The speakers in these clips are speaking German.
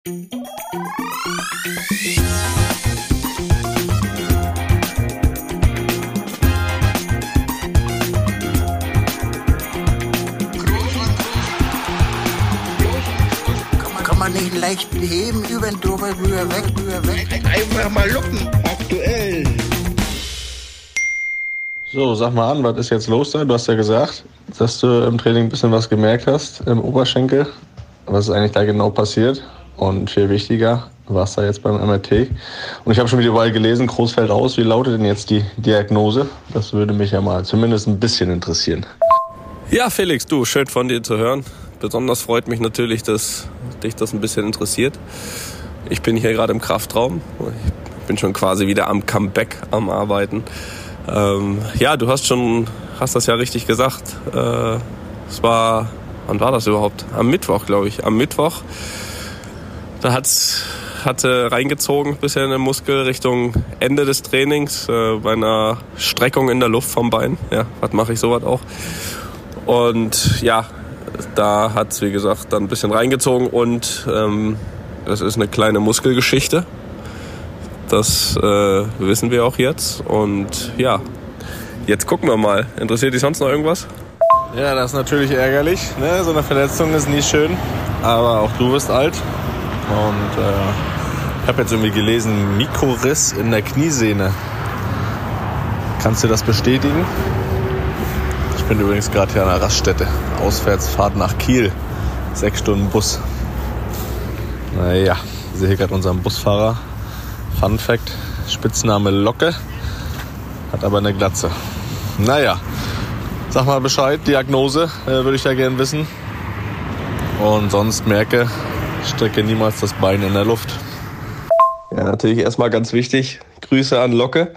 Kann man nicht leicht heben, über den drüber, weg. Einfach mal lupen, aktuell. So, sag mal an, was ist jetzt los da? Du hast ja gesagt, dass du im Training ein bisschen was gemerkt hast im Oberschenkel. Was ist eigentlich da genau passiert? Und viel wichtiger, was da jetzt beim MRT? Und ich habe schon wieder überall gelesen, groß fällt aus. Wie lautet denn jetzt die Diagnose? Das würde mich ja mal zumindest ein bisschen interessieren. Ja, Felix, du, schön von dir zu hören. Besonders freut mich natürlich, dass dich das ein bisschen interessiert. Ich bin hier gerade im Kraftraum. Ich bin schon quasi wieder am Comeback, am Arbeiten. Ja, du hast das ja richtig gesagt. Es war, wann war das überhaupt? Am Mittwoch, glaube ich. Am Mittwoch. Da hatte reingezogen bisher in den Muskel Richtung Ende des Trainings, bei einer Streckung in der Luft vom Bein. Ja, was mache ich sowas auch? Und ja, da hat es, wie gesagt, dann ein bisschen reingezogen und das ist eine kleine Muskelgeschichte. Das wissen wir auch jetzt. Und ja, jetzt gucken wir mal. Interessiert dich sonst noch irgendwas? Ja, das ist natürlich ärgerlich. Ne? So eine Verletzung ist nie schön. Aber auch du wirst alt. Und ich habe jetzt irgendwie gelesen, Mikroriss in der Kniesehne. Kannst du das bestätigen? Ich bin übrigens gerade hier an der Raststätte. Auswärtsfahrt nach Kiel. 6 Stunden Bus. Naja, ich sehe hier gerade unseren Busfahrer. Fun Fact, Spitzname Locke, hat aber eine Glatze. Naja, sag mal Bescheid, Diagnose würde ich ja gerne wissen. Und sonst merke, strecke niemals das Bein in der Luft. Ja, natürlich erstmal ganz wichtig, Grüße an Locke.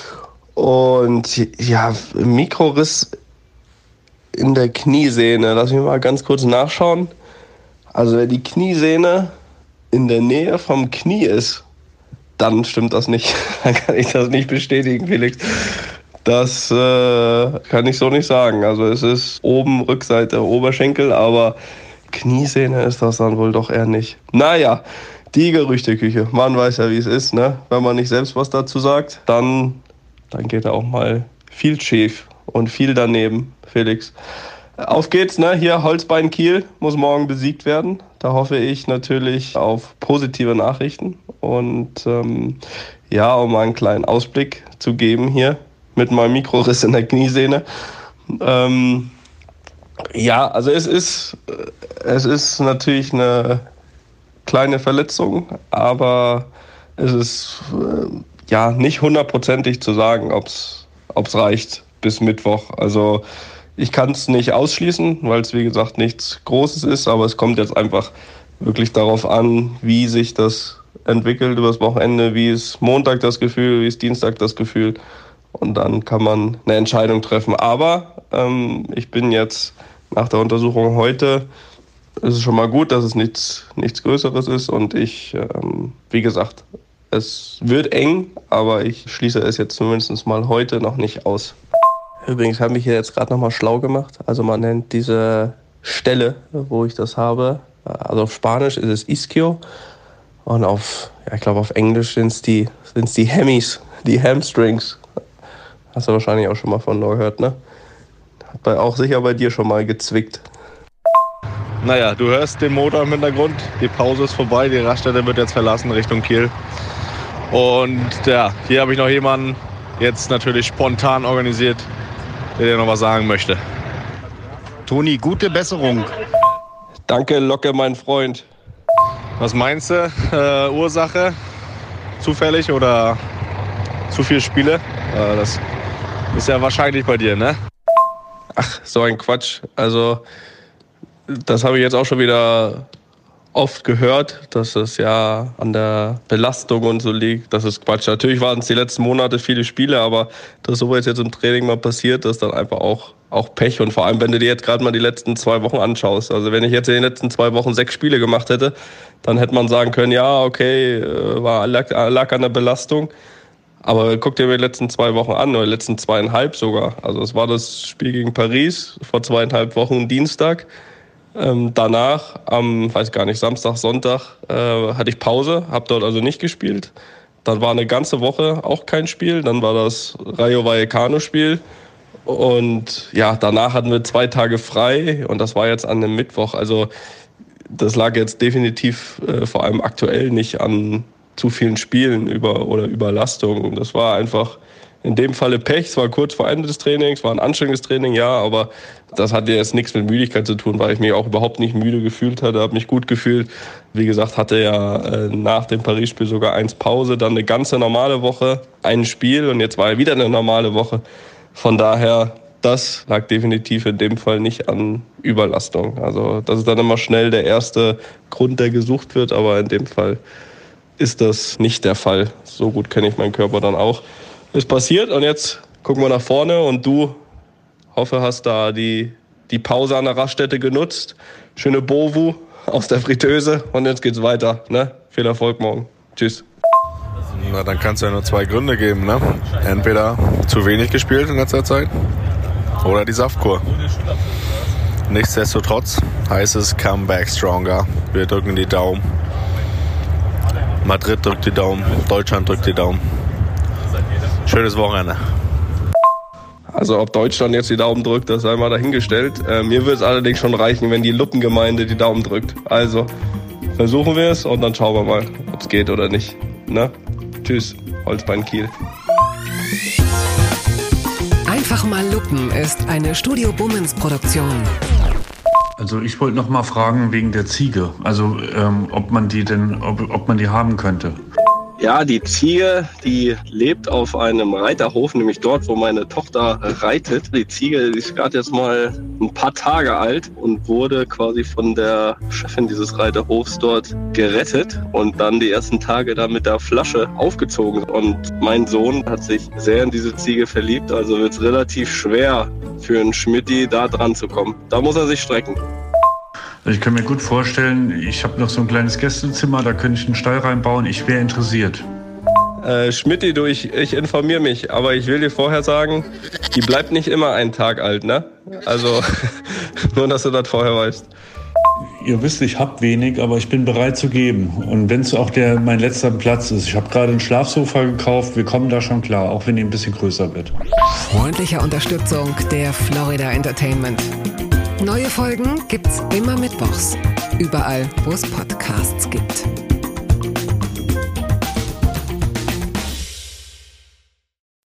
Und ja, Mikroriss in der Kniesehne, lass mich mal ganz kurz nachschauen. Also wenn die Kniesehne in der Nähe vom Knie ist, dann stimmt das nicht. Dann kann ich das nicht bestätigen, Felix. Das kann ich so nicht sagen. Also es ist oben Rückseite Oberschenkel, aber Kniesehne ist das dann wohl doch eher nicht. Naja, die Gerüchteküche. Man weiß ja, wie es ist, ne? Wenn man nicht selbst was dazu sagt, dann geht da auch mal viel schief und viel daneben, Felix. Auf geht's, ne? Hier Holzbein Kiel muss morgen besiegt werden. Da hoffe ich natürlich auf positive Nachrichten. Und ja, um mal einen kleinen Ausblick zu geben hier mit meinem Mikroriss in der Kniesehne. Ja, also es ist natürlich eine kleine Verletzung, aber es ist ja nicht 100%ig zu sagen, ob's reicht bis Mittwoch. Also ich kann es nicht ausschließen, weil es wie gesagt nichts Großes ist, aber es kommt jetzt einfach wirklich darauf an, wie sich das entwickelt übers Wochenende, wie ist Montag das Gefühl, wie ist Dienstag das Gefühl und dann kann man eine Entscheidung treffen. Aber ich bin jetzt nach der Untersuchung heute, ist es schon mal gut, dass es nichts Größeres ist und ich, wie gesagt, es wird eng, aber ich schließe es jetzt zumindest mal heute noch nicht aus. Übrigens habe ich hier jetzt gerade nochmal schlau gemacht. Also man nennt diese Stelle, wo ich das habe, also auf Spanisch ist es Ischio und ich glaube auf Englisch sind es die Hammies, die Hamstrings. Hast du wahrscheinlich auch schon mal von gehört, ne? Hat auch sicher bei dir schon mal gezwickt. Naja, du hörst den Motor im Hintergrund. Die Pause ist vorbei, die Raststätte wird jetzt verlassen Richtung Kiel. Und ja, hier habe ich noch jemanden jetzt natürlich spontan organisiert, der dir noch was sagen möchte. Toni, gute Besserung. Danke, Locke, mein Freund. Was meinst du? Ursache? Zufällig oder zu viele Spiele? Das ist ja wahrscheinlich bei dir, ne? Ach, so ein Quatsch. Also, das habe ich jetzt auch schon wieder oft gehört, dass es ja an der Belastung und so liegt. Das ist Quatsch. Natürlich waren es die letzten Monate viele Spiele, aber dass sowas jetzt im Training mal passiert, das ist dann einfach auch Pech. Und vor allem, wenn du dir jetzt gerade mal die letzten 2 Wochen anschaust. Also wenn ich jetzt in den letzten 2 Wochen 6 Spiele gemacht hätte, dann hätte man sagen können, ja, okay, lag an der Belastung. Aber guck dir die letzten 2 Wochen an, oder die letzten 2,5 sogar. Also es war das Spiel gegen Paris vor 2,5 Wochen Dienstag. Danach, am, weiß gar nicht, Samstag, Sonntag, hatte ich Pause, habe dort also nicht gespielt. Dann war eine ganze Woche auch kein Spiel. Dann war das Rayo Vallecano-Spiel. Und ja, danach hatten wir 2 Tage frei und das war jetzt an einem Mittwoch. Also das lag jetzt definitiv vor allem aktuell nicht an zu vielen Spielen oder Überlastung. Das war einfach in dem Falle Pech. Es war kurz vor Ende des Trainings, war ein anstrengendes Training, ja, aber das hatte jetzt nichts mit Müdigkeit zu tun, weil ich mich auch überhaupt nicht müde gefühlt hatte, habe mich gut gefühlt. Wie gesagt, hatte ja nach dem Paris-Spiel sogar 1 Pause, dann eine ganze normale Woche, ein Spiel und jetzt war ja wieder eine normale Woche. Von daher, das lag definitiv in dem Fall nicht an Überlastung. Also das ist dann immer schnell der erste Grund, der gesucht wird, aber in dem Fall ist das nicht der Fall. So gut kenne ich meinen Körper dann auch. Ist passiert und jetzt gucken wir nach vorne und du, hoffe, hast da die Pause an der Raststätte genutzt. Schöne Bovu aus der Fritteuse und jetzt geht's weiter. Ne? Viel Erfolg morgen. Tschüss. Na, dann kann es ja nur 2 Gründe geben. Ne? Entweder zu wenig gespielt in letzter Zeit oder die Saftkur. Nichtsdestotrotz heißt es Comeback Stronger. Wir drücken die Daumen. Madrid drückt die Daumen. Deutschland drückt die Daumen. Schönes Wochenende. Also ob Deutschland jetzt die Daumen drückt, das sei mal dahingestellt. Mir würde es allerdings schon reichen, wenn die Luppengemeinde die Daumen drückt. Also versuchen wir es und dann schauen wir mal, ob es geht oder nicht. Na? Tschüss, Holzbein Kiel. Einfach mal Luppen ist eine Studio Bummens Produktion. Also ich wollte noch mal fragen wegen der Ziege. Also ob man die haben könnte. Ja, die Ziege, die lebt auf einem Reiterhof, nämlich dort, wo meine Tochter reitet. Die Ziege, die ist gerade jetzt mal ein paar Tage alt und wurde quasi von der Chefin dieses Reiterhofs dort gerettet und dann die ersten Tage da mit der Flasche aufgezogen. Und mein Sohn hat sich sehr in diese Ziege verliebt, also wird es relativ schwer für einen Schmidti da dran zu kommen. Da muss er sich strecken. Ich kann mir gut vorstellen, ich habe noch so ein kleines Gästezimmer, da könnte ich einen Stall reinbauen. Ich wäre interessiert. Schmidti, du, ich informiere mich, aber ich will dir vorher sagen, die bleibt nicht immer einen Tag alt, ne? Also, nur, dass du das vorher weißt. Ihr wisst, ich habe wenig, aber ich bin bereit zu geben. Und wenn es auch mein letzter Platz ist. Ich habe gerade ein Schlafsofa gekauft, wir kommen da schon klar, auch wenn die ein bisschen größer wird. Freundliche Unterstützung der Florida Entertainment. Neue Folgen gibt's immer mittwochs. Überall, wo es Podcasts gibt.